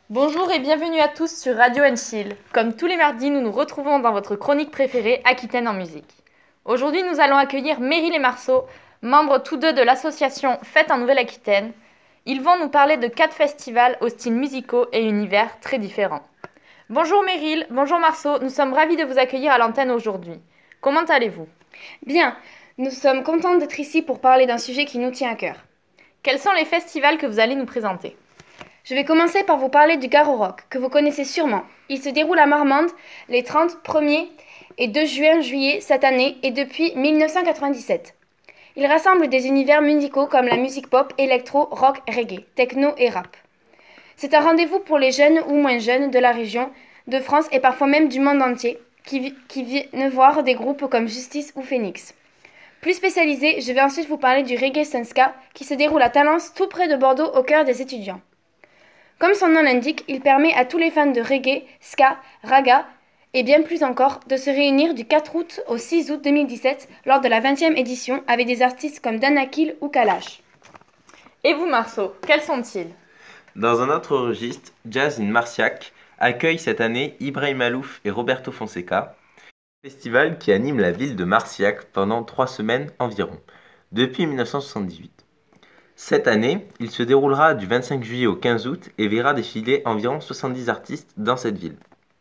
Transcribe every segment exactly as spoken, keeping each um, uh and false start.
Bonjour et bienvenue à tous sur Radio Chill. Comme tous les mardis, nous nous retrouvons dans votre chronique préférée, Aquitaine en musique. Aujourd'hui, nous allons accueillir Meryl et Marceau, membres tous deux de l'association Fête en Nouvelle-Aquitaine. Ils vont nous parler de quatre festivals aux styles musicaux et univers très différents. Bonjour Meryl, bonjour Marceau, nous sommes ravis de vous accueillir à l'antenne aujourd'hui. Comment allez-vous ? Bien, nous sommes contents d'être ici pour parler d'un sujet qui nous tient à cœur. Quels sont les festivals que vous allez nous présenter ? Je vais commencer par vous parler du Garo Rock, que vous connaissez sûrement. Il se déroule à Marmande les trente, premier et deux juin-juillet cette année et depuis mille neuf cent quatre-vingt-dix-sept. Il rassemble des univers musicaux comme la musique pop, électro, rock, reggae, techno et rap. C'est un rendez-vous pour les jeunes ou moins jeunes de la région, de France et parfois même du monde entier, qui, qui viennent voir des groupes comme Justice ou Phoenix. Plus spécialisé, je vais ensuite vous parler du Reggae Sunska, qui se déroule à Talence, tout près de Bordeaux, au cœur des étudiants. Comme son nom l'indique, il permet à tous les fans de reggae, ska, raga et bien plus encore de se réunir du quatre août au six août deux mille dix-sept lors de la vingtième édition avec des artistes comme Danakil ou Kalash. Et vous Marceau, quels sont-ils ? Dans un autre registre, Jazz in Marciac accueille cette année Ibrahim Alouf et Roberto Fonseca, festival qui anime la ville de Marciac pendant trois semaines environ, depuis mille neuf cent soixante-dix-huit. Cette année, il se déroulera du vingt-cinq juillet au quinze août et verra défiler environ soixante-dix artistes dans cette ville.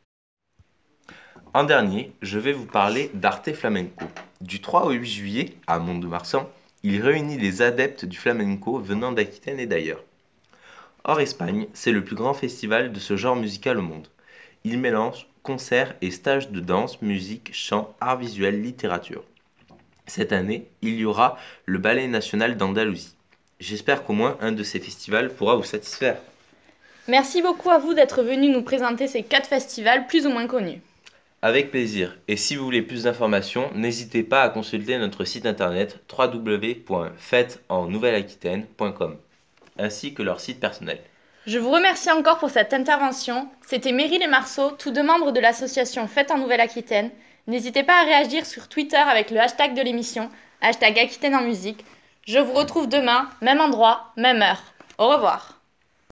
En dernier, je vais vous parler d'Arte Flamenco. Du trois au huit juillet, à Mont-de-Marsan, il réunit les adeptes du flamenco venant d'Aquitaine et d'ailleurs. Hors Espagne, c'est le plus grand festival de ce genre musical au monde. Il mélange concerts et stages de danse, musique, chant, arts visuels, littérature. Cette année, il y aura le Ballet national d'Andalousie. J'espère qu'au moins un de ces festivals pourra vous satisfaire. Merci beaucoup à vous d'être venu nous présenter ces quatre festivals plus ou moins connus. Avec plaisir. Et si vous voulez plus d'informations, n'hésitez pas à consulter notre site internet w w w point fête en nouvelle aquitaine point com ainsi que leur site personnel. Je vous remercie encore pour cette intervention. C'était Meryl et Marceau, tous deux membres de l'association Fête en Nouvelle-Aquitaine. N'hésitez pas à réagir sur Twitter avec le hashtag de l'émission, hashtag Aquitaine en musique. Je vous retrouve demain, même endroit, même heure. Au revoir.